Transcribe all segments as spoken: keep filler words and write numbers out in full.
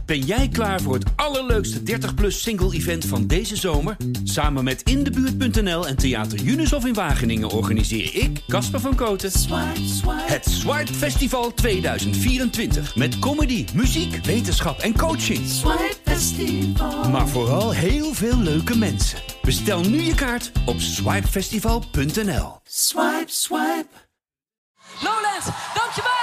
Ben jij klaar voor het allerleukste dertig plus single-event van deze zomer? Samen met In de Buurt punt n l en Theater Junushof in Wageningen organiseer ik, Casper van Kooten, Swipe, Swipe. Het Swipe Festival tweeduizend vierentwintig. Met comedy, muziek, wetenschap en coaching. Swipe Festival. Maar vooral heel veel leuke mensen. Bestel nu je kaart op swipe festival punt n l. Swipe, swipe. Lowlands, dankjewel!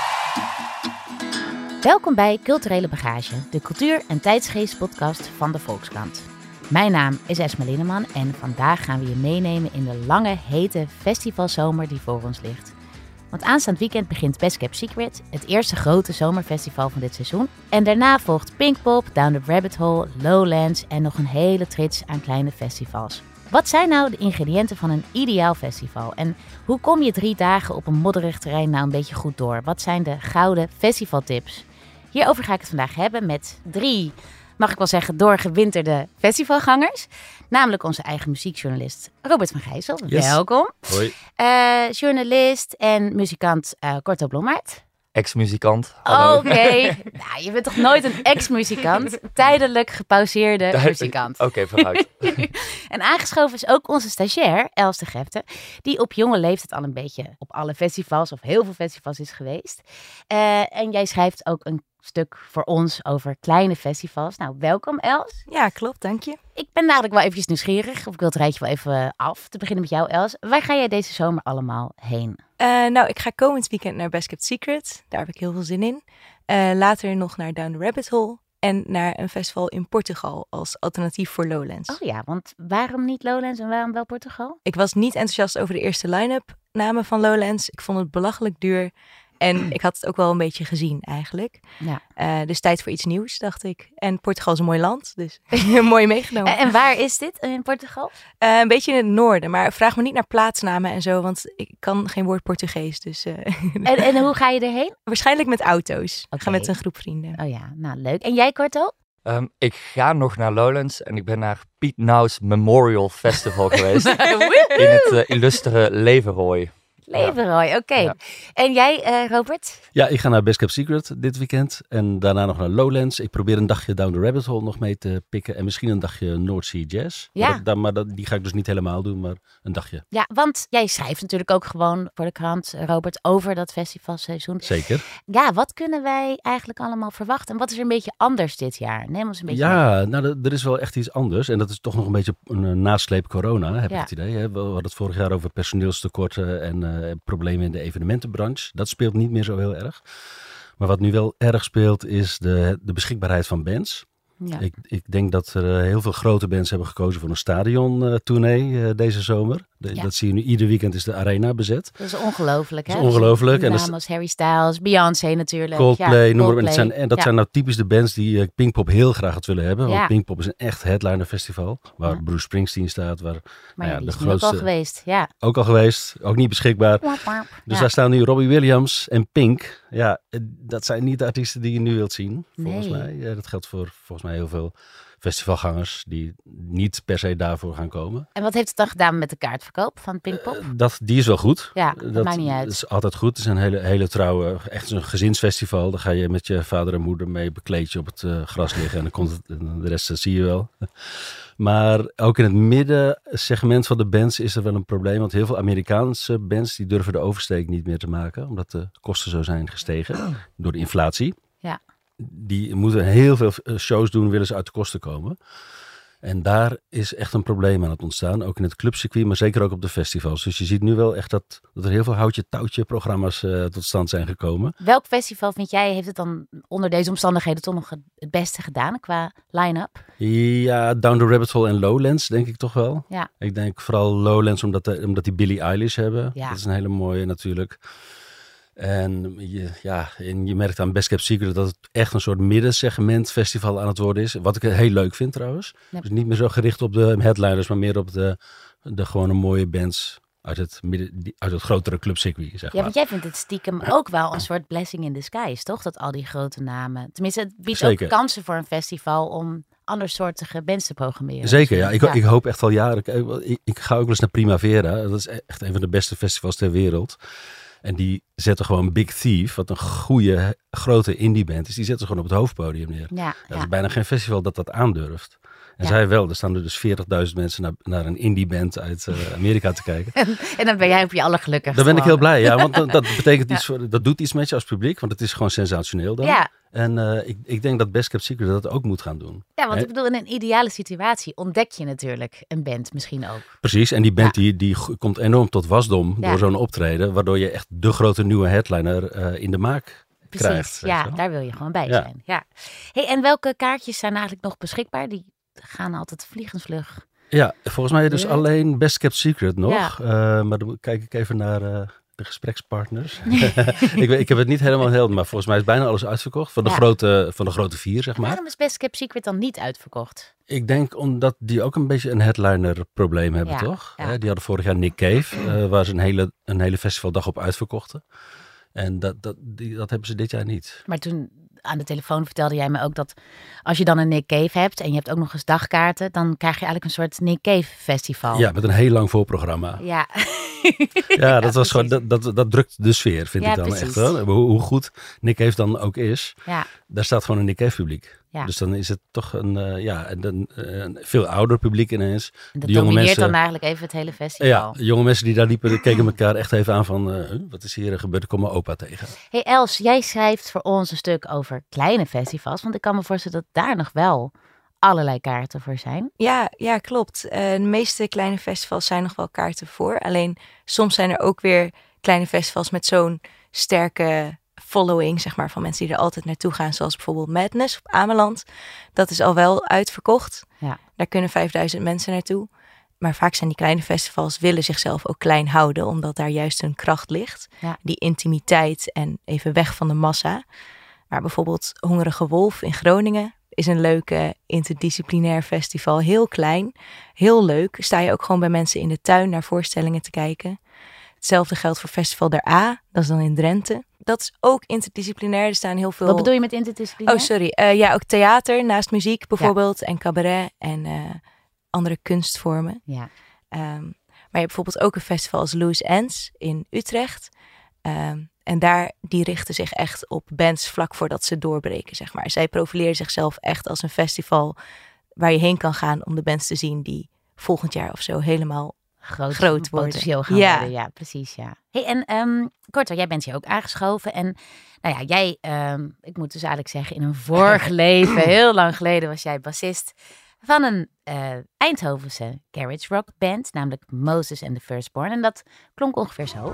Welkom bij Culturele Bagage, de cultuur- en tijdsgeest-podcast van de Volkskrant. Mijn naam is Esme Linneman en vandaag gaan we je meenemen in de lange, hete festivalzomer die voor ons ligt. Want aanstaand weekend begint Best Kept Secret, het eerste grote zomerfestival van dit seizoen. En daarna volgt Pinkpop, Down the Rabbit Hole, Lowlands en nog een hele trits aan kleine festivals. Wat zijn nou de ingrediënten van een ideaal festival? En hoe kom je drie dagen op een modderig terrein nou een beetje goed door? Wat zijn de gouden festivaltips? Hierover ga ik het vandaag hebben met drie, mag ik wel zeggen, doorgewinterde festivalgangers. Namelijk onze eigen muziekjournalist Robert van Gijssel. Yes. Welkom. Hoi. Uh, journalist en muzikant uh, Korto Blommaert. Ex-muzikant. Oké. Okay. Nou, je bent toch nooit een ex-muzikant? Tijdelijk gepauzeerde Tijdelijk. muzikant. Oké, okay, vooruit. En aangeschoven is ook onze stagiair, Els de Gefte, die op jonge leeftijd al een beetje op alle festivals of heel veel festivals is geweest. Uh, en jij schrijft ook een stuk voor ons over kleine festivals. Nou, welkom Els. Ja, klopt, dank je. Ik ben eigenlijk wel eventjes nieuwsgierig, of ik wil het rijtje wel even af. Te beginnen met jou, Els. Waar ga jij deze zomer allemaal heen? Uh, nou, ik ga komend weekend naar Best Kept Secret. Daar heb ik heel veel zin in. Uh, later nog naar Down the Rabbit Hole. En naar een festival in Portugal als alternatief voor Lowlands. Oh ja, want waarom niet Lowlands en waarom wel Portugal? Ik was niet enthousiast over de eerste line-up namen van Lowlands. Ik vond het belachelijk duur. En ik had het ook wel een beetje gezien eigenlijk. Ja. Uh, dus tijd voor iets nieuws, dacht ik. En Portugal is een mooi land, dus mooi meegenomen. En, en waar is dit in Portugal? Uh, een beetje in het noorden, maar vraag me niet naar plaatsnamen en zo, want ik kan geen woord Portugees. Dus, uh, en, en hoe ga je erheen? Waarschijnlijk met auto's. Okay. Ik ga met een groep vrienden. Oh ja, nou leuk. En jij, Korto? Um, ik ga nog naar Lowlands en ik ben naar Piet Nau's Memorial Festival geweest. In het uh, illustere Leverrooy. Leverrooy, oké. Okay. Ja. En jij, uh, Robert? Ja, ik ga naar Best Kept Secret dit weekend. En daarna nog naar Lowlands. Ik probeer een dagje Down the Rabbit Hole nog mee te pikken. En misschien een dagje North Sea Jazz. Ja. Maar, dat, maar dat, die ga ik dus niet helemaal doen, maar een dagje. Ja, want jij schrijft natuurlijk ook gewoon voor de krant, Robert, over dat festivalseizoen. Zeker. Ja, wat kunnen wij eigenlijk allemaal verwachten? En wat is er een beetje anders dit jaar? Neem ons een beetje Ja, mee. nou, er is wel echt iets anders. En dat is toch nog een beetje een, een nasleep corona, heb ja. ik het idee. Hè? We hadden het vorig jaar over personeelstekorten en uh, problemen in de evenementenbranche. Dat speelt niet meer zo heel erg. Maar wat nu wel erg speelt is de, de beschikbaarheid van bands. Ja. Ik, ik denk dat er uh, heel veel grote bands hebben gekozen voor een stadion-tournee uh, uh, deze zomer. De, ja. Dat zie je nu, ieder weekend is de arena bezet. Dat is ongelooflijk, hè? Dat is ongelooflijk. En namen als Harry Styles, Beyoncé natuurlijk. Coldplay, ja, noem maar op. En, zijn, en dat ja. zijn nou typisch de bands die uh, Pinkpop heel graag had willen hebben. Want ja. Pinkpop is een echt headlinerfestival. Waar ja. Bruce Springsteen staat. Waar, maar nou ja, ja, die de is grootste, ook al geweest. Ja. Ook al geweest. Ook niet beschikbaar. Wap, wap. Dus ja. daar staan nu Robbie Williams en Pink. Ja, dat zijn niet de artiesten die je nu wilt zien. Volgens nee. mij. Ja, dat geldt voor volgens mij heel veel festivalgangers die niet per se daarvoor gaan komen. En wat heeft het dan gedaan met de kaartverkoop van Pinkpop? Uh, dat, die is wel goed. Ja, dat, dat maakt niet uit. Dat is altijd goed. Het is een hele, hele trouwe, echt een gezinsfestival. Daar ga je met je vader en moeder mee bekleed je op het uh, gras liggen en dan komt het, de rest dat zie je wel. Maar ook in het middensegment van de bands is er wel een probleem. Want heel veel Amerikaanse bands die durven de oversteek niet meer te maken. Omdat de kosten zo zijn gestegen door de inflatie. Ja. Die moeten heel veel shows doen, willen ze uit de kosten komen. En daar is echt een probleem aan het ontstaan. Ook in het clubcircuit, maar zeker ook op de festivals. Dus je ziet nu wel echt dat, dat er heel veel houtje-touwtje programma's uh, tot stand zijn gekomen. Welk festival vind jij, heeft het dan onder deze omstandigheden toch nog het beste gedaan qua line-up? Ja, Down the Rabbit Hole en Lowlands denk ik toch wel. Ja. Ik denk vooral Lowlands omdat, de, omdat die Billie Eilish hebben. Ja. Dat is een hele mooie natuurlijk. En je, ja, en je merkt aan Best Kept Secret dat het echt een soort middensegment festival aan het worden is. Wat ik heel leuk vind trouwens. Ja. Dus niet meer zo gericht op de headliners, maar meer op de, de gewone mooie bands uit het, midden, uit het grotere clubcircuit, zeg maar. Ja, want jij vindt het stiekem ook wel een soort blessing in disguise, toch? Dat al die grote namen... Tenminste, het biedt Zeker. ook kansen voor een festival om andersoortige bands te programmeren. Zeker, ja. Ik, ja. ik hoop echt al jaren... Ik, ik ga ook wel eens naar Primavera. Dat is echt een van de beste festivals ter wereld. En die zetten gewoon Big Thief, wat een goede, grote indie band is, die zetten ze gewoon op het hoofdpodium neer. Ja, Er ja. is bijna geen festival dat dat aandurft. En Ja. zij wel, er staan er dus veertigduizend mensen naar, naar een indie band uit uh, Amerika te kijken. En, en dan ben jij op je allergelukkigst. Daar ben ik heel gewoon. blij, ja, want dat, dat betekent Ja. iets voor, dat doet iets met je als publiek, want het is gewoon sensationeel dan. Ja, En uh, ik, ik denk dat Best Kept Secret dat ook moet gaan doen. ja, want Hè? ik bedoel, in een ideale situatie ontdek je natuurlijk een band misschien ook. Precies, en die band die, die g- komt enorm tot wasdom Ja. door zo'n optreden, waardoor je echt de grote nieuwe headliner uh, in de maak Precies, krijgt. weet ja, je wel. daar wil je gewoon bij Ja. zijn. Ja. Hey, en welke kaartjes zijn eigenlijk nog beschikbaar? Die gaan altijd vliegensvlug. Ja, volgens mij dus Ja. alleen Best Kept Secret nog. Ja. Uh, maar dan kijk ik even naar uh, de gesprekspartners. ik, weet- ik heb het niet helemaal heel, maar volgens mij is bijna alles uitverkocht. Van de, Ja. grote, van de grote vier, zeg maar. Waarom is Best Kept Secret dan niet uitverkocht? Ik denk omdat die ook een beetje een headliner probleem hebben, Ja, toch? ja. Hè, die hadden vorig jaar Nick Cave, uh, waar ze een hele, een hele festivaldag op uitverkochten. En dat, dat, die, dat hebben ze dit jaar niet. Maar toen aan de telefoon vertelde jij me ook dat als je dan een Nick Cave hebt en je hebt ook nog eens dagkaarten, dan krijg je eigenlijk een soort Nick Cave festival. Ja, met een heel lang voorprogramma. Ja. Ja, dat was precies. gewoon, dat, dat, dat drukt de sfeer, vind Ja, ik dan precies. echt wel. Hoe, hoe goed Nick Cave dan ook is, Ja, daar staat gewoon een Nick Cave publiek. Ja. Dus dan is het toch een, uh, ja, een, een, een veel ouder publiek ineens. en dat De jonge domineert mensen- dan eigenlijk even het hele festival. Ja, jonge mensen die daar liepen, die keken elkaar echt even aan van, uh, huh, wat is hier gebeurd? Ik kom mijn opa tegen. Hey Els, jij schrijft voor ons een stuk over kleine festivals, want ik kan me voorstellen dat daar nog wel allerlei kaarten voor zijn. Ja, ja, klopt. Uh, de meeste kleine festivals zijn nog wel kaarten voor. Alleen soms zijn er ook weer kleine festivals met zo'n sterke following, zeg maar, van mensen die er altijd naartoe gaan. Zoals bijvoorbeeld Madness op Ameland. Dat is al wel uitverkocht. Ja. Daar kunnen vijfduizend mensen naartoe. Maar vaak zijn die kleine festivals willen zichzelf ook klein houden, omdat daar juist hun kracht ligt. Ja. Die intimiteit en even weg van de massa. Maar bijvoorbeeld Hongerige Wolf in Groningen is een leuke interdisciplinair festival. Heel klein, heel leuk. Sta je ook gewoon bij mensen in de tuin naar voorstellingen te kijken. Hetzelfde geldt voor Festival der A, dat is dan in Drenthe. Dat is ook interdisciplinair. Er staan heel veel... Wat bedoel je met interdisciplinair? Oh, sorry. Uh, ja, ook theater naast muziek bijvoorbeeld. En cabaret en uh, andere kunstvormen. Ja. Um, maar je hebt bijvoorbeeld ook een festival als Loose Ends in Utrecht. Um, en daar, die richten zich echt op bands vlak voordat ze doorbreken, zeg maar. Zij profileren zichzelf echt als een festival waar je heen kan gaan om de bands te zien die volgend jaar of zo helemaal Groot, groot worden. potentieel gaan Ja. worden. Ja, precies, ja. Hey, en um, Korto, jij bent hier ook aangeschoven. En nou ja, jij, um, ik moet dus eigenlijk zeggen, in een vorig leven, heel lang geleden, was jij bassist van een uh, Eindhovense garage rock band, namelijk Moses and the Firstborn. En dat klonk ongeveer zo.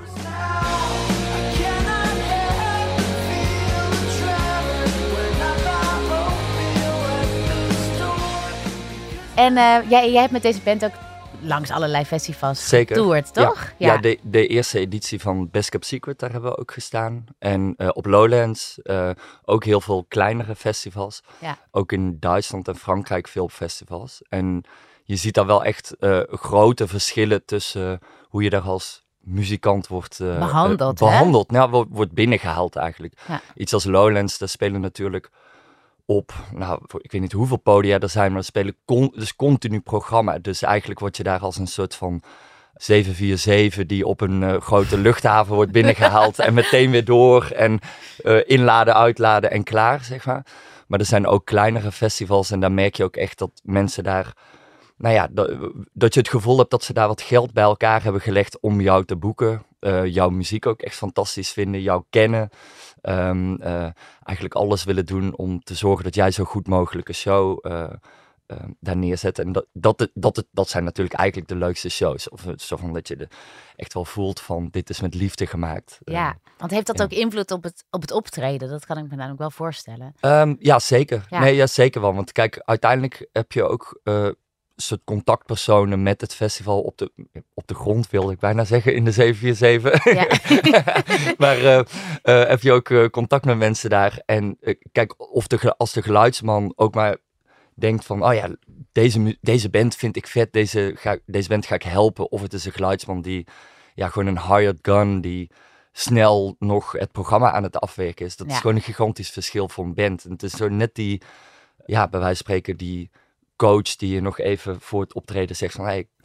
En uh, jij, jij hebt met deze band ook langs allerlei festivals Zeker. getoerd, toch? Ja, ja de, de eerste editie van Best Kept Secret, daar hebben we ook gestaan. En uh, op Lowlands uh, ook heel veel kleinere festivals. Ja. Ook in Duitsland en Frankrijk veel festivals. En je ziet daar wel echt uh, grote verschillen tussen uh, hoe je daar als muzikant wordt uh, behandeld. Uh, behandeld. Nou, wordt, wordt binnengehaald eigenlijk. Ja. Iets als Lowlands, daar spelen natuurlijk op, nou, ik weet niet hoeveel podia er zijn, maar er spelen con- dus continu programma. Dus eigenlijk word je daar als een soort van zeven vier zeven die op een uh, grote luchthaven wordt binnengehaald en meteen weer door en uh, inladen, uitladen en klaar, zeg maar. Maar er zijn ook kleinere festivals en daar merk je ook echt dat mensen daar, nou ja, dat, dat je het gevoel hebt dat ze daar wat geld bij elkaar hebben gelegd om jou te boeken. Uh, jouw muziek ook echt fantastisch vinden, jou kennen. Um, uh, eigenlijk alles willen doen om te zorgen dat jij zo goed mogelijk een show uh, uh, daar neerzet. En dat, dat, dat, dat zijn natuurlijk eigenlijk de leukste shows. Of zo van dat je de, echt wel voelt van dit is met liefde gemaakt. Ja, uh, want heeft dat ja. ook invloed op het, op het optreden? Dat kan ik me namelijk wel voorstellen. Um, ja, zeker. Ja. Nee, ja, zeker wel. Want kijk, uiteindelijk heb je ook Uh, soort contactpersonen met het festival op de, op de grond, wilde ik bijna zeggen, in de zeven vier zeven. Ja. maar uh, uh, heb je ook uh, contact met mensen daar. En uh, kijk, of de, als de geluidsman ook maar denkt van, oh ja, deze, deze band vind ik vet, deze, ga, deze band ga ik helpen. Of het is een geluidsman die, ja, gewoon een hired gun, die snel nog het programma aan het afwerken is. Dat Ja. is gewoon een gigantisch verschil voor een band. En het is zo net die, ja, bij wijze van spreken, die coach die je nog even voor het optreden zegt van, hey,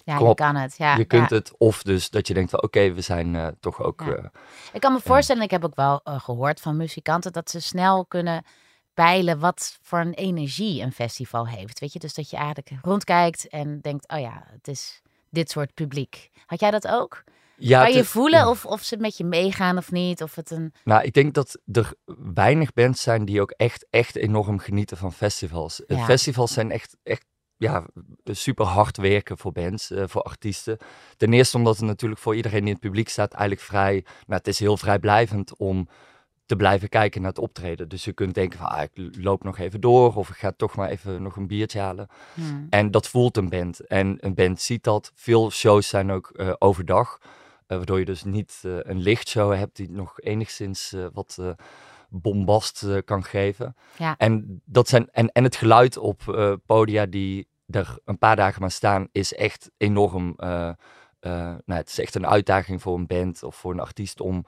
Ja, Klopt. je kan het. Ja, je kunt ja. het of dus dat je denkt van oké, okay, we zijn uh, toch ook... Ja. Uh, ik kan me voorstellen, ik heb ook wel uh, gehoord van muzikanten dat ze snel kunnen peilen wat voor een energie een festival heeft. Weet je, dus dat je eigenlijk rondkijkt en denkt, oh ja, het is dit soort publiek. Had jij dat ook? Ja, kan je is, voelen ja. of, of ze met je meegaan of niet? Of het een... Nou, ik denk dat er weinig bands zijn die ook echt, echt enorm genieten van festivals. Ja. Festivals zijn echt, echt ja, super hard werken voor bands, uh, voor artiesten. Ten eerste omdat het natuurlijk voor iedereen die in het publiek staat eigenlijk vrij... Nou, het is heel vrijblijvend om te blijven kijken naar het optreden. Dus je kunt denken van, ah, ik loop nog even door of ik ga toch maar even nog een biertje halen. Hmm. En dat voelt een band. En een band ziet dat. Veel shows zijn ook uh, overdag. Uh, waardoor je dus niet uh, een lichtshow hebt die nog enigszins uh, wat uh, bombast uh, kan geven. Ja. En, dat zijn, en, en het geluid op uh, podia die er een paar dagen maar staan is echt enorm. Uh, uh, nou, het is echt een uitdaging voor een band of voor een artiest om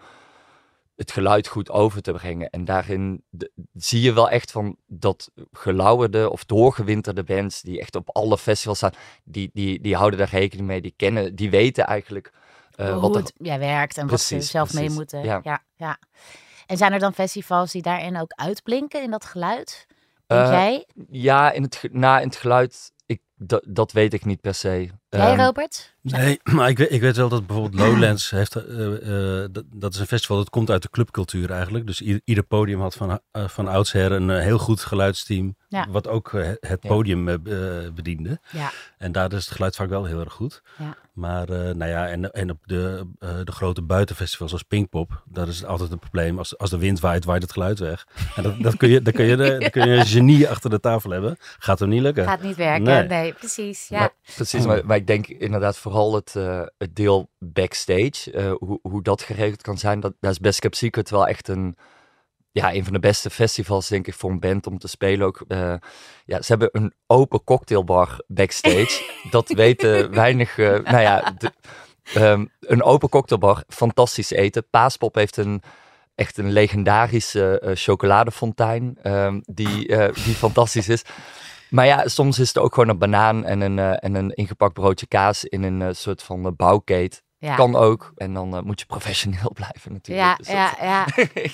het geluid goed over te brengen. En daarin de, zie je wel echt van dat gelauwerde of doorgewinterde bands die echt op alle festivals staan, die, die, die houden daar rekening mee, die kennen, die weten eigenlijk uh, hoe wat er... het ja, werkt en precies, wat ze zelf precies. mee moeten. Ja. Ja, ja. En zijn er dan festivals die daarin ook uitblinken in dat geluid? Denk Uh, jij? Ja, in het, na, in het geluid, ik, dat, dat weet ik niet per se. Jij, Um, Robert? Nee, maar ik weet, ik weet wel dat bijvoorbeeld Lowlands heeft, uh, uh, dat, dat is een festival dat komt uit de clubcultuur eigenlijk. Dus ieder, ieder podium had van, uh, van oudsher een uh, heel goed geluidsteam, Ja. wat ook uh, het podium uh, bediende. Ja. En daar is het geluid vaak wel heel erg goed. Ja. Maar uh, nou ja, en, en op de, uh, de grote buitenfestivals zoals Pinkpop, daar is het altijd een probleem. Als, als de wind waait, waait het geluid weg. En dat, dat kun je, dan kun je, de, dan kun je een genie achter de tafel hebben. Gaat hem niet lukken. Gaat niet werken. Nee. Nee, precies. Ja. Maar, precies, maar, maar ik denk inderdaad vooral het, uh, het deel backstage, uh, hoe, hoe dat geregeld kan zijn, dat, daar is Best Kept Secret wel echt een, ja, een van de beste festivals, denk ik, voor een band om te spelen ook. Uh, ja, ze hebben een open cocktailbar backstage. Dat weten weinig, uh, nou ja, de, um, een open cocktailbar, fantastisch eten. Paaspop heeft een echt een legendarische uh, chocoladefontein, um, die, uh, die fantastisch is. Maar ja, soms is het ook gewoon een banaan en een, uh, en een ingepakt broodje kaas in een uh, soort van uh, bouwkeet. Ja. Kan ook. En dan uh, moet je professioneel blijven natuurlijk. Ja, dus ja, dat... ja.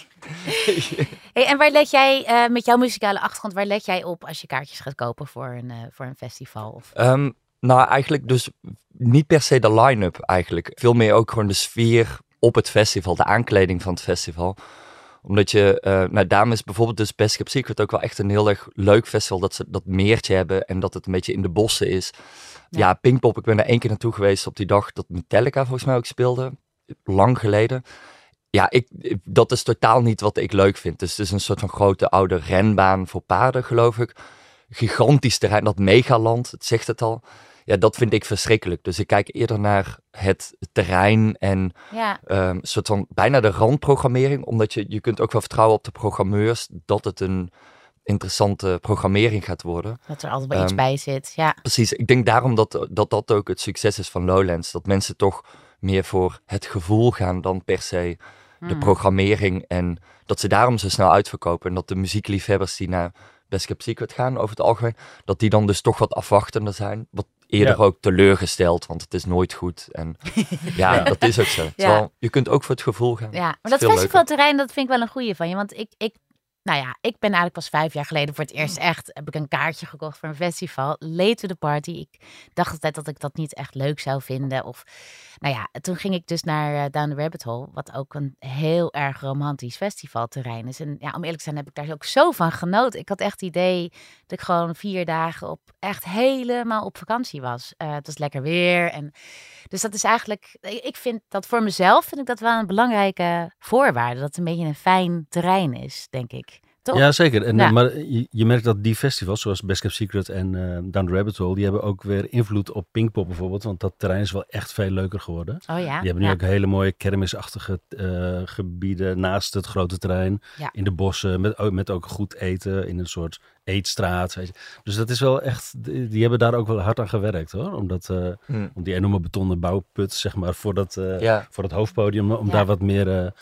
Hey, en waar let jij, uh, met jouw muzikale achtergrond, waar let jij op als je kaartjes gaat kopen voor een, uh, voor een festival? Of... Um, nou, eigenlijk dus niet per se de line-up eigenlijk. Veel meer ook gewoon de sfeer op het festival, de aankleding van het festival. Omdat je, uh, nou daarom is bijvoorbeeld dus Best Kept Secret ook wel echt een heel erg leuk festival. Dat ze dat meertje hebben en dat het een beetje in de bossen is. Ja, ja Pinkpop, ik ben er één keer naartoe geweest op die dag dat Metallica volgens mij ook speelde. Lang geleden. Ja, ik, dat is totaal niet wat ik leuk vind. Dus het is een soort van grote oude renbaan voor paarden, geloof ik. Gigantisch terrein, dat megaland, het zegt het al. Ja, dat vind ik verschrikkelijk. Dus ik kijk eerder naar het terrein en ja. um, soort van bijna de randprogrammering. Omdat je, je kunt ook wel vertrouwen op de programmeurs dat het een interessante programmering gaat worden. Dat er altijd wel um, iets bij zit, ja. Precies, ik denk daarom dat, dat dat ook het succes is van Lowlands. Dat mensen toch meer voor het gevoel gaan dan per se de Hmm. programmering. En dat ze daarom zo snel uitverkopen. En dat de muziekliefhebbers die naar Best Kept Secret gaan over het algemeen, dat die dan dus toch wat afwachtender zijn. Wat eerder ja. ook teleurgesteld, want het is nooit goed. En ja, ja. dat is ook zo. Ja. Terwijl, je kunt ook voor het gevoel gaan. Ja, maar dat dat veel festivalterrein, dat vind ik wel een goeie van je. Want ik, ik, nou ja, ik ben eigenlijk pas vijf jaar geleden voor het eerst echt, heb ik een kaartje gekocht voor een festival. Late to the party. Ik dacht altijd dat ik dat niet echt leuk zou vinden. Of, nou ja, toen ging ik dus naar uh, Down the Rabbit Hole, wat ook een heel erg romantisch festivalterrein is. En ja, om eerlijk te zijn heb ik daar ook zo van genoten. Ik had echt het idee dat ik gewoon vier dagen op echt helemaal op vakantie was. Uh, het was lekker weer en dus dat is eigenlijk, ik vind dat voor mezelf, vind ik dat wel een belangrijke voorwaarde. Dat het een beetje een fijn terrein is, denk ik. Toch? Ja, zeker. En, ja. Maar je, je merkt dat die festivals, zoals Best Kept Secret en uh, Down the Rabbit Hole, die hebben ook weer invloed op Pinkpop bijvoorbeeld. Want dat terrein is wel echt veel leuker geworden. Oh ja? Die hebben nu ja. ook hele mooie kermisachtige uh, gebieden naast het grote terrein. Ja. In de bossen, met, met ook goed eten, in een soort eetstraat. Weet je. Dus dat is wel echt, die, die hebben daar ook wel hard aan gewerkt hoor. Omdat, uh, hmm. Om die enorme betonnen bouwput, zeg maar, voor dat, uh, ja. voor het hoofdpodium, om ja. daar wat meer... Uh,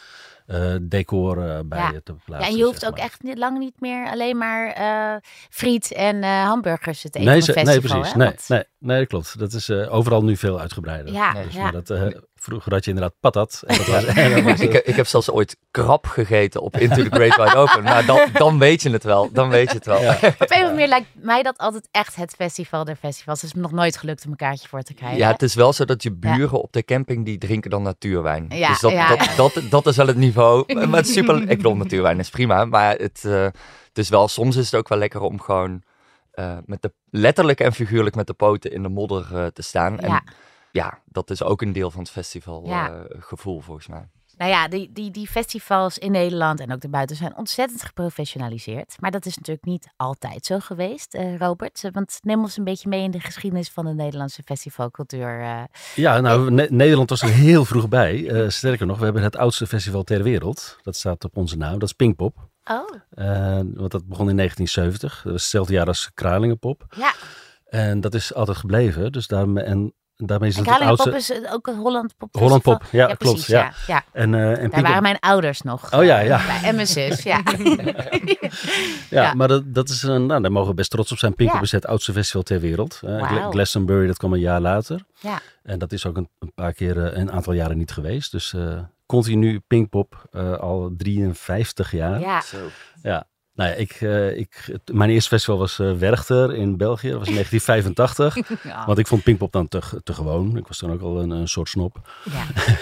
uh, decor uh, bij ja. te plaatsen. Ja, en je hoeft zeg ook maar. echt niet, lang niet meer alleen maar uh, friet en uh, hamburgers te eten nee, op een festival. Nee, precies. Hè? Nee, Want... nee, nee, dat klopt. Dat is uh, overal nu veel uitgebreider. Ja, dus ja. Maar dat, uh, vroeger had je inderdaad patat. En dat was, en dat was, ik, ik heb zelfs ooit krab gegeten op Into the Great Wide Open. Nou, dan, dan weet je het wel. Dan weet je het wel. Ja. Op een of andere manier lijkt mij dat altijd echt het festival der festivals. Het is me nog nooit gelukt om een kaartje voor te krijgen. Ja, het is wel zo dat je buren ja. op de camping, die drinken dan natuurwijn. Ja, dus dat, ja, dat, ja. Dat, dat, dat is wel het niveau. Maar het is super, ik bedoel, natuurwijn is prima. Maar het, uh, het is wel, soms is het ook wel lekker om gewoon uh, met de, letterlijk en figuurlijk met de poten in de modder uh, te staan. En ja. ja, dat is ook een deel van het festivalgevoel Ja. uh, gevoel, volgens mij. Nou ja, die, die, die festivals in Nederland en ook daarbuiten zijn ontzettend geprofessionaliseerd. Maar dat is natuurlijk niet altijd zo geweest, uh, Robert. Want neem ons een beetje mee in de geschiedenis van de Nederlandse festivalcultuur. Uh. Ja, nou, ne- Nederland was er heel vroeg bij. Uh, sterker nog, we hebben het oudste festival ter wereld. Dat staat op onze naam, dat is Pinkpop. Oh. Uh, want dat begon in negentien zeventig. Dat was hetzelfde jaar als Kralingenpop. Ja. En dat is altijd gebleven. Dus daarmee, en daarmee is en het het oudste... Pop is ook een Holland Pop Holland Pop, ja, ja klopt. precies, Ja. Ja, ja. En, uh, en Daar Pinkpop... waren mijn ouders nog. Oh ja, ja. Bij en mijn zus, ja. ja, ja, maar dat, dat is een, nou, daar mogen we best trots op zijn. Pinkpop ja. is het oudste festival ter wereld. Uh, wow. Glastonbury, dat kwam een jaar later. Ja. En dat is ook een, een paar keer, uh, een aantal jaren niet geweest. Dus uh, continu Pinkpop uh, al drieënvijftig jaar. Ja. Zo. Ja. Nou ja, ik, uh, ik, mijn eerste festival was uh, Werchter in België. Dat was in negentien vijfentachtig. Ja. Want ik vond Pinkpop dan te, te gewoon. Ik was dan ook al een, een soort snop. Ja.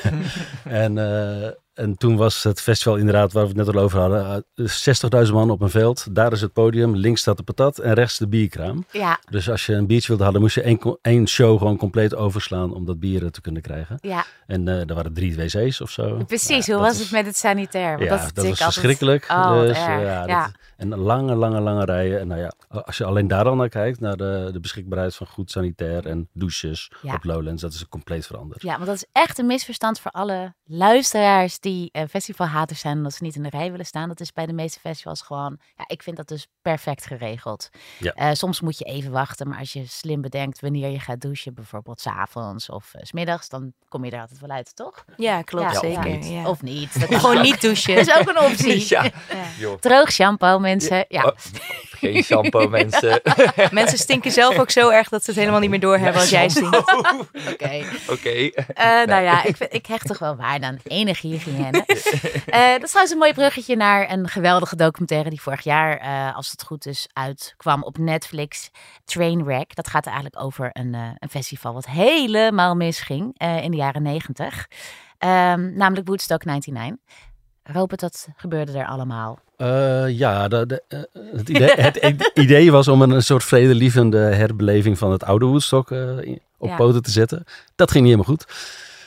en, uh, en toen was het festival inderdaad, waar we het net al over hadden, uh, zestigduizend man op een veld. Daar is het podium, links staat de patat en rechts de bierkraam. Ja. Dus als je een biertje wilde hadden, moest je één, één show gewoon compleet overslaan om dat bier te kunnen krijgen. Ja. En uh, er waren drie wc's of zo. Precies, ja, hoe was is, het met het sanitair? Want ja, dat, dat was altijd... verschrikkelijk. Oh, dus, erg. ja, ja. Dat, en lange, lange, lange rijen. En nou ja, als je alleen daar al naar kijkt, naar de, de beschikbaarheid van goed sanitair en douches ja. op Lowlands, dat is compleet veranderd. Ja, want dat is echt een misverstand voor alle luisteraars die uh, festivalhaters zijn omdat ze niet in de rij willen staan. Dat is bij de meeste festivals gewoon, ja, ik vind dat dus perfect geregeld. Ja. Uh, soms moet je even wachten, maar als je slim bedenkt wanneer je gaat douchen, bijvoorbeeld 's avonds of uh, 's middags, dan kom je er altijd wel uit, toch? Ja, klopt, ja, zeker. Of niet. Ja. Of niet. Dat Gewoon niet douchen. Dat is ook een optie. Ja. Ja. Droog shampoo, mensen. Ja. Oh, geen shampoo, mensen. Mensen stinken zelf ook zo erg dat ze het helemaal niet meer doorhebben als jij stinkt. Oké. Oké. Nou ja, ik, ik hecht toch wel waarde aan enige hygiëne. Uh, dat is trouwens een mooi bruggetje naar een geweldige documentaire die vorig jaar, uh, als het goed is, uitkwam op Netflix. Trainwreck. Dat gaat eigenlijk over een, uh, een festival wat helemaal misging uh, in de jaren negentig. Um, namelijk Woodstock negenennegentig. Robert, dat gebeurde er allemaal. Uh, ja, de, de, uh, het, idee, het idee was om een, een soort vredelievende herbeleving van het oude Woodstock uh, op ja. poten te zetten. Dat ging niet helemaal goed.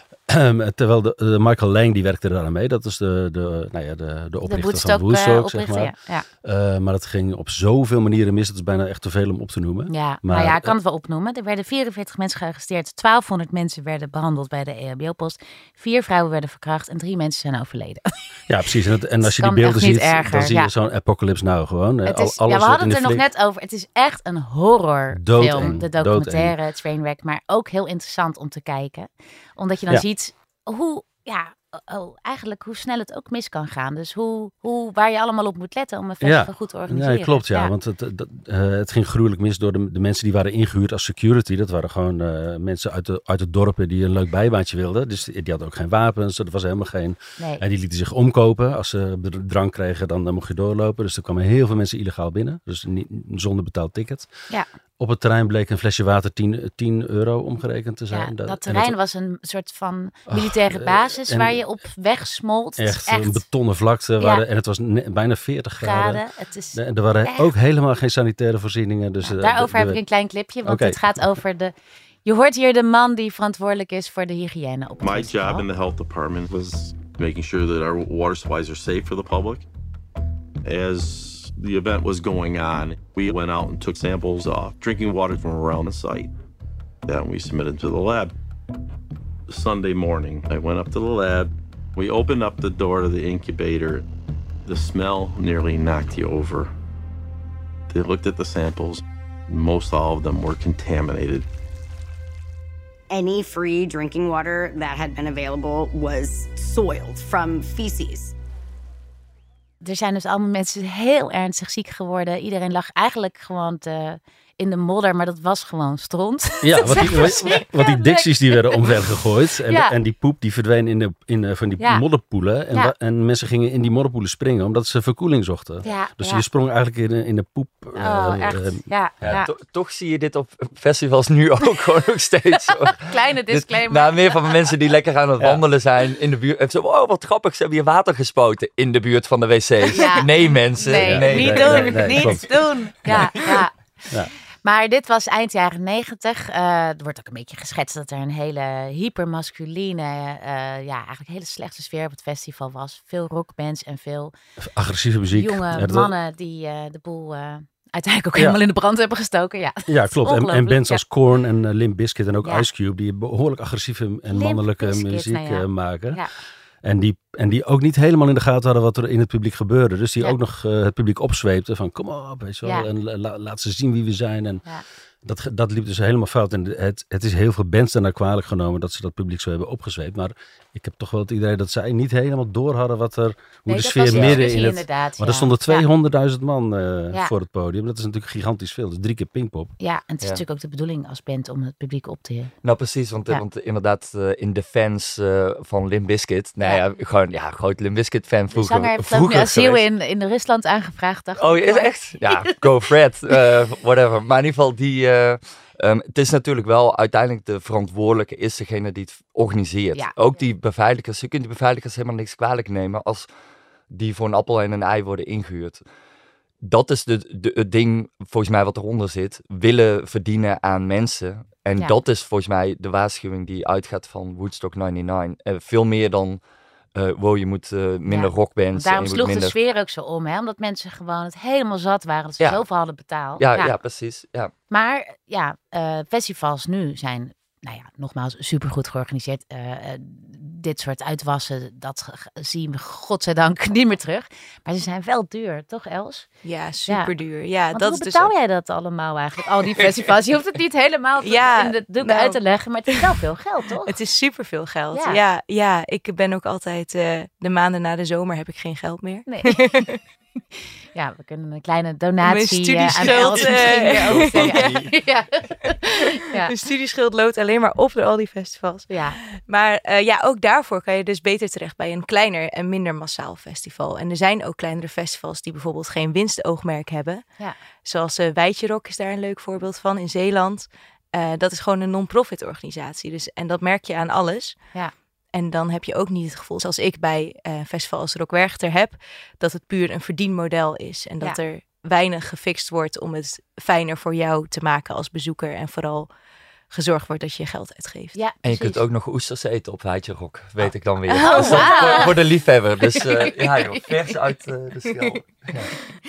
Um, terwijl de, de Michael Lang, die werkte er aan mee. Dat is de, de, nou ja, de, de oprichter de Woodstock, van Woodstock, uh, zeg maar. Ja. Ja. Uh, maar dat ging op zoveel manieren mis. Dat is bijna echt te veel om op te noemen. Ja, maar nou ja, ik kan het wel opnoemen. Er werden vierenveertig mensen gearresteerd. twaalfhonderd mensen werden behandeld bij de E H B O-post. Vier vrouwen werden verkracht en drie mensen zijn overleden. Ja, precies. En, het, en als je die beelden ziet, erger, dan zie je ja. zo'n Apocalypse Now gewoon. Het is, Alles ja, we hadden het er flik. nog net over. Het is echt een horrorfilm, de documentaire Trainwreck. Maar ook heel interessant om te kijken. Omdat je dan ja. ziet hoe, ja, oh, eigenlijk hoe snel het ook mis kan gaan. Dus hoe, hoe, waar je allemaal op moet letten om een festival ja. goed te organiseren. Ja, klopt, ja. ja. Want het, het, uh, het ging gruwelijk mis door de, de mensen die waren ingehuurd als security. Dat waren gewoon uh, mensen uit de, uit de dorpen die een leuk bijbaantje wilden. Dus die, die hadden ook geen wapens. Er was helemaal geen... Nee. En die lieten zich omkopen. Als ze drank kregen, dan, dan mocht je doorlopen. Dus er kwamen heel veel mensen illegaal binnen. Dus niet, zonder betaald ticket. Ja. Op het terrein bleek een flesje water tien euro omgerekend te zijn. Ja, dat, dat terrein dat, was een soort van militaire basis, waar je op weg smolt. Echt, echt een betonnen vlakte. Ja. Waar, en het was ne, bijna veertig graden. graden. Het is en er waren echt ook helemaal geen sanitaire voorzieningen. Dus ja, daarover de, de, heb ik een klein clipje, want okay. het gaat over de... Je hoort hier de man die verantwoordelijk is voor de hygiëne op het My festival. job in the health department was making sure that our water supplies are safe for the public. As the event was going on, we went out and took samples of drinking water from around the site. Then we submitted to the lab. Sunday morning, I went up to the lab. We opened up the door to the incubator. The smell nearly knocked you over. They looked at the samples. Most all of them were contaminated. Any free drinking water that had been available was soiled from feces. er zijn dus allemaal mensen heel ernstig ziek geworden. Iedereen lag eigenlijk gewoon te, in de modder, maar dat was gewoon stront. Ja, want die, wat, wat die Dixies die werden omver gegooid. En, Ja. de, en die poep die verdween in, de, in uh, van die Ja. modderpoelen. En, Ja. wa- en mensen gingen in die modderpoelen springen, omdat ze verkoeling zochten. Ja, Dus ja. je sprong eigenlijk in, de- in de poep. uh, Oh, echt. uh, Ja, Ja, ja. to- toch zie je dit op festivals nu ook gewoon nog steeds. Hoor. Kleine Dit- disclaimer. Nou, meer van mensen die lekker aan het Ja. wandelen zijn in de buurt. En zo, wow, wat grappig, ze hebben hier water gespoten in de buurt van de wc's. Ja. Nee, mensen. Nee, nee, niet nee, doen, nee, nee, niet klopt. doen. Ja, ja. Ja. Maar dit was eind jaren negentig. Uh, er wordt ook een beetje geschetst dat er een hele hypermasculine, uh, ja, eigenlijk hele slechte sfeer op het festival was. Veel rockbands en veel Agressieve muziek. jonge Ja, dat- mannen die uh, de boel uh, uiteindelijk ook Ja. helemaal in de brand hebben gestoken. Ja, Ja, klopt. En, en ongelooflijk, bands ja. als Korn en uh, Limp Bizkit en ook Ja. Ice Cube, die behoorlijk agressieve en Limp mannelijke Bizkit, muziek nou ja. uh, maken. Ja. En die, en die ook niet helemaal in de gaten hadden wat er in het publiek gebeurde. Dus die Ja. ook nog uh, het publiek opzweepten van kom op, weet je wel. Ja. En la- la- laat ze zien wie we zijn. En Ja. dat, ge- dat liep dus helemaal fout. En het, het is heel veel bands daarna kwalijk genomen dat ze dat publiek zo hebben opgezweept. Maar ik heb toch wel het idee dat zij niet helemaal door hadden wat er, hoe Nee, de dat sfeer was de midden discussie in het... inderdaad. Maar ja. er stonden Ja. tweehonderdduizend man uh, Ja. voor het podium. Dat is natuurlijk gigantisch veel. Dus drie keer Pinkpop. Ja, en het is Ja. natuurlijk ook de bedoeling als band om het publiek op te... Nou, precies, want, Ja. want inderdaad, uh, in de fans uh, van Limp Bizkit, nou ja, Ja. gewoon, ja, groot Limp Bizkit fan De vroeger. zanger heeft ook nu vroeger asiel geweest. in, in Rusland aangevraagd. Dacht Oh, ik. is het echt? Ja, go Fred, uh, whatever. Maar in ieder geval, die, uh, um, het is natuurlijk wel uiteindelijk de verantwoordelijke is degene die het organiseert. Ja. Ook die beveiligers, je kunt die beveiligers helemaal niks kwalijk nemen als die voor een appel en een ei worden ingehuurd. Dat is de, de, het ding, volgens mij, wat eronder zit. Willen verdienen aan mensen. En Ja. dat is volgens mij de waarschuwing die uitgaat van Woodstock negenennegentig. Uh, veel meer dan, uh, wow, je moet uh, minder Ja. rockbands. Daarom en je sloeg moet minder... de sfeer ook zo om, hè? Omdat mensen gewoon het helemaal zat waren. Dat ze Ja. zoveel hadden betaald. Ja, ja. precies. Ja. Maar ja, uh, festivals nu zijn, nou ja, nogmaals, supergoed georganiseerd. Uh, uh, dit soort uitwassen, dat g- zien we godzijdank niet meer terug. Maar ze zijn wel duur, toch Els? Ja, super duur. Ja, Want dat hoe is dus betaal ook- jij dat allemaal eigenlijk? Al die festivals. Je hoeft het niet helemaal te- Ja, in de doek nou, uit te leggen, maar het is wel veel geld, toch? Het is super veel geld. Ja. Ja, ja, ik ben ook altijd uh, de maanden na de zomer heb ik geen geld meer. Nee. Ja, we kunnen een kleine donatie Mijn uh, aan studieschuld, Els misschien uh, weer oversteken. Ja. Ja. Mijn studieschuld loopt alleen maar op door al die festivals. Ja. Maar uh, ja, ook daarvoor kan je dus beter terecht bij een kleiner en minder massaal festival. En er zijn ook kleinere festivals die bijvoorbeeld geen winstoogmerk hebben. Ja. Zoals uh, Weitje Rock is daar een leuk voorbeeld van in Zeeland. Uh, dat is gewoon een non-profit organisatie. Dus, en dat merk je aan alles. Ja. En dan heb je ook niet het gevoel, zoals ik bij uh, festival als Rock Werchter heb, dat het puur een verdienmodel is. En dat Ja. er weinig gefixt wordt om het fijner voor jou te maken als bezoeker. En vooral gezorgd wordt dat je je geld uitgeeft. Ja, En je precies. kunt ook nog oesters eten op Weitje Rock, weet ik dan weer. Oh, Dus dat wauw. voor, voor de liefhebber. Dus uh, ja joh, vers uit uh, de schil. Ja.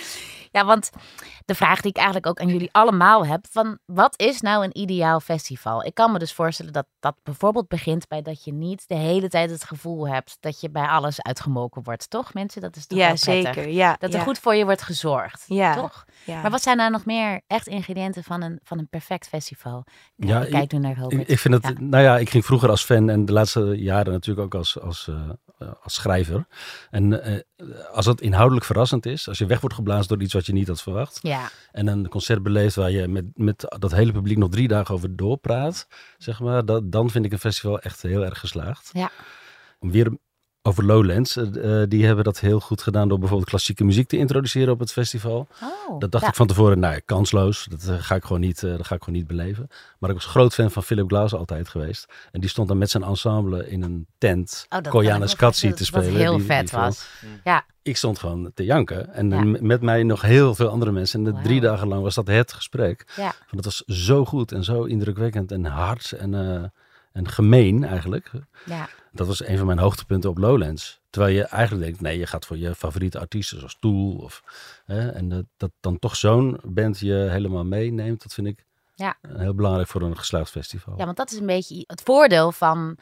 Ja, want de vraag die ik eigenlijk ook aan jullie allemaal heb, van wat is nou een ideaal festival? Ik kan me dus voorstellen dat dat bijvoorbeeld begint bij dat je niet de hele tijd het gevoel hebt dat je bij alles uitgemolken wordt, toch mensen? Dat is toch Ja, wel prettig? zeker. Ja, Dat er ja. goed voor je wordt gezorgd, Ja. toch? Ja. Maar wat zijn nou nog meer echt ingrediënten van een, van een perfect festival? Ja, Ja, ik kijk nu naar Robert. Ik, ik vind het, Ja. nou ja, ik ging vroeger als fan en de laatste jaren natuurlijk ook als, als, uh, uh, als schrijver. En uh, als het inhoudelijk verrassend is, als je weg wordt geblazen door iets wat je niet had verwacht. Ja, En een concert beleeft waar je met, met dat hele publiek nog drie dagen over doorpraat, zeg maar, dat, dan vind ik een festival echt heel erg geslaagd. ja, Weer over Lowlands, uh, die hebben dat heel goed gedaan door bijvoorbeeld klassieke muziek te introduceren op het festival. oh, Dat dacht ja. ik van tevoren, nou ja, kansloos. Dat uh, ga ik gewoon niet, uh, dat ga ik gewoon niet beleven. Maar ik was groot fan van Philip Glass altijd geweest. En die stond dan met zijn ensemble in een tent Oh, dat kan Koyana ik me Skatsi te voorstellen spelen. dat het heel die- vet die film. was. Ja, Ik stond gewoon te janken. En Ja. m- met mij nog heel veel andere mensen. En de Wauw. drie dagen lang was dat het gesprek. ja, Want het was zo goed en zo indrukwekkend en hard en, uh, en gemeen eigenlijk. ja. Dat was een van mijn hoogtepunten op Lowlands. Terwijl je eigenlijk denkt, nee, je gaat voor je favoriete artiesten zoals Tool. Of, hè, en dat, dat dan toch zo'n band je helemaal meeneemt. Dat vind ik Ja. heel belangrijk voor een geslaagd festival. Ja, want dat is een beetje het voordeel van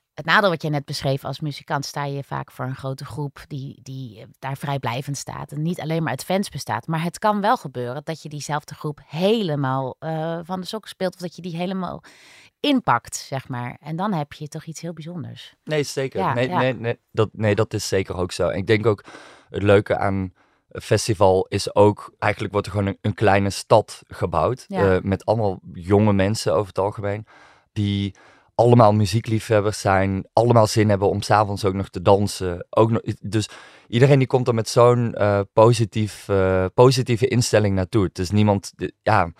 Het nadeel wat je net beschreef, als muzikant sta je vaak voor een grote groep die, die daar vrijblijvend staat. En niet alleen maar uit fans bestaat. Maar het kan wel gebeuren dat je diezelfde groep helemaal uh, van de sokken speelt. Of dat je die helemaal inpakt, zeg maar. En dan heb je toch iets heel bijzonders. Nee, zeker. Ja, nee, ja. Nee, nee, dat, nee, dat is zeker ook zo. En ik denk ook het leuke aan een festival is ook, eigenlijk wordt er gewoon een, een kleine stad gebouwd. Ja. Uh, met allemaal jonge mensen over het algemeen. Die allemaal muziekliefhebbers zijn. Allemaal zin hebben om 's avonds ook nog te dansen. Ook nog, dus iedereen die komt er met zo'n uh, positief, uh, positieve instelling naartoe. Het is niemand, ja...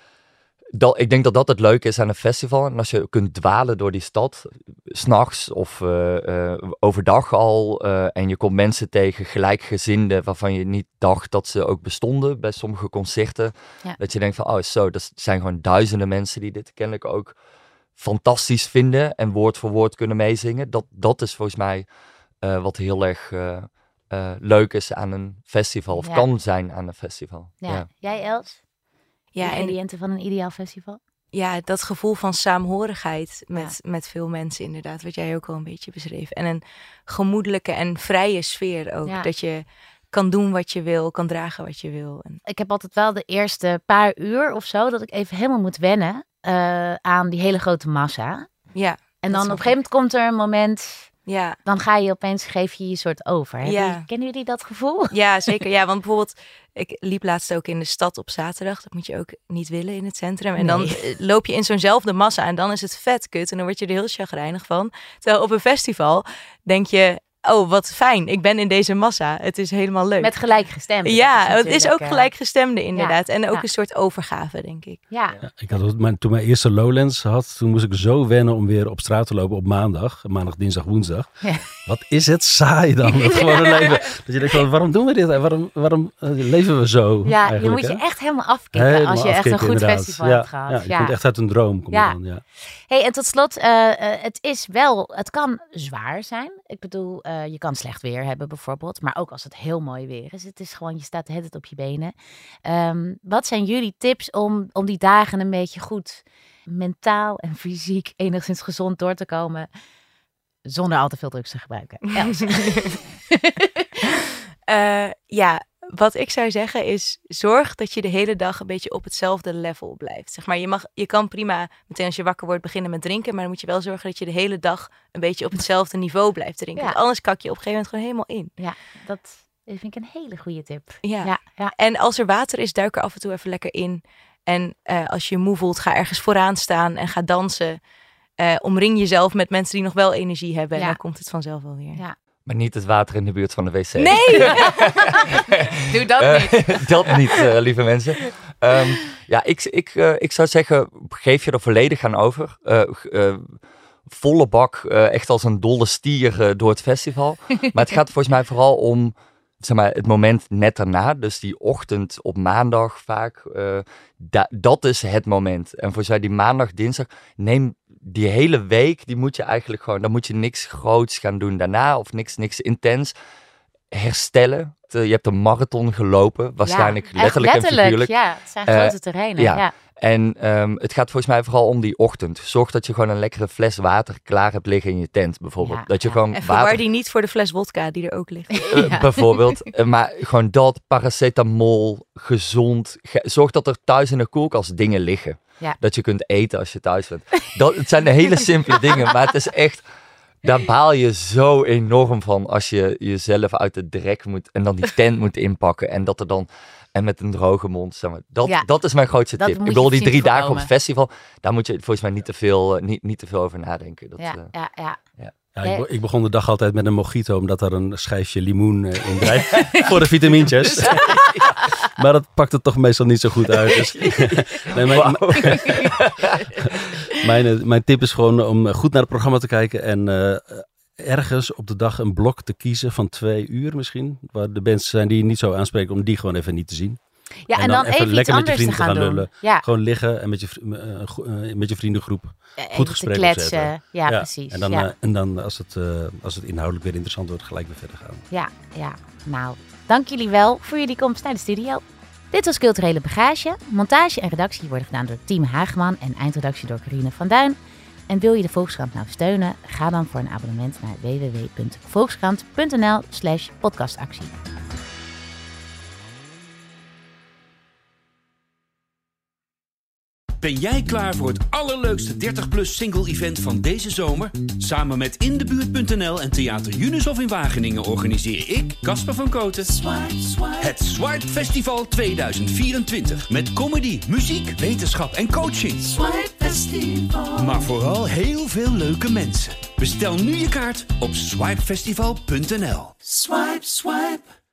Dat, ik denk dat dat het leuke is aan een festival. En als je kunt dwalen door die stad, 's nachts of uh, uh, overdag al. Uh, en je komt mensen tegen, gelijkgezinden, waarvan je niet dacht dat ze ook bestonden bij sommige concerten. Ja. Dat je denkt van, oh zo, dat zijn gewoon duizenden mensen die dit kennelijk ook fantastisch vinden. En woord voor woord kunnen meezingen. Dat, dat is volgens mij uh, wat heel erg uh, uh, leuk is aan een festival. Of Ja. kan zijn aan een festival. Ja. Ja. Jij, Els? Ja, en Ingrediënten van een ideaal festival? ja, dat gevoel van saamhorigheid met, ja. met veel mensen inderdaad, wat jij ook al een beetje beschreef. En een gemoedelijke en vrije sfeer ook. Ja. Dat je kan doen wat je wil, kan dragen wat je wil. En... Ik heb altijd wel de eerste paar uur of zo, dat ik even helemaal moet wennen uh, aan die hele grote massa. Ja. En dan op een gegeven moment komt er een moment, ja. dan ga je opeens, geef je je soort over. Heb Ja. je, kennen jullie dat gevoel? Ja, zeker. Ja, want bijvoorbeeld, ik liep laatst ook in de stad op zaterdag. Dat moet je ook niet willen in het centrum. En Nee. dan loop je in zo'nzelfde massa en dan is het vet kut. En dan word je er heel chagrijnig van. Terwijl op een festival denk je, oh wat fijn, ik ben in deze massa. Het is helemaal leuk. Met gelijkgestemden. Ja, Dat het is ook natuurlijk, gelijkgestemde inderdaad. ja, En ook ja. een soort overgave, denk ik. Ja, Ja, ik had het, mijn, toen mijn eerste Lowlands had, toen moest ik zo wennen om weer op straat te lopen op maandag. Maandag, dinsdag, woensdag. Ja. Wat is het saai dan, het gewone leven. Dat je denkt, van, waarom doen we dit? En waarom, waarom uh, leven we zo? ja je eigenlijk, moet je hè? echt helemaal afkicken Helemaal als je echt een afkicken, goed inderdaad. festival ja, hebt gehad. Ja, je komt echt uit een droom. Kom je Ja. dan, ja. Hey, en tot slot, uh, uh, het is wel, het kan zwaar zijn. Ik bedoel, uh, je kan slecht weer hebben bijvoorbeeld, maar ook als het heel mooi weer is. Het is gewoon, je staat de hele tijd op je benen. Um, wat zijn jullie tips om, om die dagen een beetje goed mentaal en fysiek enigszins gezond door te komen, zonder al te veel drugs te gebruiken? Els. uh, ja, wat ik zou zeggen is, zorg dat je de hele dag een beetje op hetzelfde level blijft. Zeg maar, je, mag, je kan prima meteen als je wakker wordt beginnen met drinken, maar dan moet je wel zorgen dat je de hele dag een beetje op hetzelfde niveau blijft drinken. Ja. Want anders kak je op een gegeven moment gewoon helemaal in. Ja, dat vind ik een hele goede tip. Ja. Ja, ja. En als er water is, duik er af en toe even lekker in. En uh, als je je moe voelt, ga ergens vooraan staan en ga dansen. Uh, omring jezelf met mensen die nog wel energie hebben. Ja. En dan komt het vanzelf wel weer. Ja. Maar niet het water in de buurt van de wc. Nee! Doe dat Uh, niet. dat niet, uh, lieve mensen. Um, ja, ik, ik, uh, ik zou zeggen, geef je er volledig aan over. Uh, uh, volle bak, uh, echt als een dolle stier uh, door het festival. Maar het gaat volgens mij vooral om, zeg maar, het moment net daarna. Dus die ochtend op maandag vaak. Uh, da- dat is het moment. En volgens mij die maandag, dinsdag, neem die hele week, die moet je eigenlijk gewoon, dan moet je niks groots gaan doen daarna. Of niks, niks intens. Herstellen. Je hebt een marathon gelopen, waarschijnlijk ja, letterlijk, letterlijk en figuurlijk. Ja, het zijn Uh, grote terreinen. ja. Ja. En um, het gaat volgens mij vooral om die ochtend. Zorg dat je gewoon een lekkere fles water klaar hebt liggen in je tent, bijvoorbeeld. Ja, dat je ja. gewoon En verwar water... die niet voor de fles wodka die er ook ligt. Uh, Ja. Bijvoorbeeld. Uh, maar gewoon dat, paracetamol, gezond. Ge- zorg dat er thuis in de koelkast dingen liggen. Ja. Dat je kunt eten als je thuis bent. Dat, het zijn de hele simpele dingen, maar het is echt... Daar baal je zo enorm van als je jezelf uit de drek moet en dan die tent moet inpakken en dat er dan en met een droge mond, zeg maar. Dat, Ja. dat is mijn grootste Dat tip. moet Ik je bedoel, die zien drie te dagen op voorkomen. het festival, daar moet je volgens mij niet te veel, uh, niet, niet te veel over nadenken. Dat, Ja, uh, ja, ja. Ja, ik, be- ik begon de dag altijd met een mojito, omdat er een schijfje limoen uh, in draait. Voor de vitamintjes. Maar dat pakt het toch meestal niet zo goed uit. Dus. Nee, mijn, mijn, uh, mijn tip is gewoon om goed naar het programma te kijken. En uh, ergens op de dag een blok te kiezen van twee uur misschien. Waar de bands zijn die je niet zo aanspreken, om die gewoon even niet te zien. Ja, en, dan, even iets lekker met je anders te vrienden gaan, te gaan doen. lullen. Ja, Gewoon liggen en met je, vri- uh, go- uh, met je vriendengroep. even goed te gesprek kletsen. opzetten. Ja, precies. En dan, ja. uh, en dan als, het, uh, als het inhoudelijk weer interessant wordt, gelijk weer verder gaan. Ja, ja. Nou, dank jullie wel voor jullie komst naar de studio. Dit was Culturele Bagage. Montage en redactie worden gedaan door Team Hageman en eindredactie door Corine van Duin. En wil je de Volkskrant nou steunen? Ga dan voor een abonnement naar w w w punt volkskrant punt n l slash podcastactie. Ben jij klaar voor het allerleukste dertig plus single event van deze zomer? Samen met in de buurt punt n l en Theater Junushof in Wageningen organiseer ik, Casper van Koten, Swipe, Swipe. Het Swipe Festival tweeduizend vierentwintig. Met comedy, muziek, wetenschap en coaching. Swipe Festival. Maar vooral heel veel leuke mensen. Bestel nu je kaart op swipe festival punt n l. Swipe, swipe.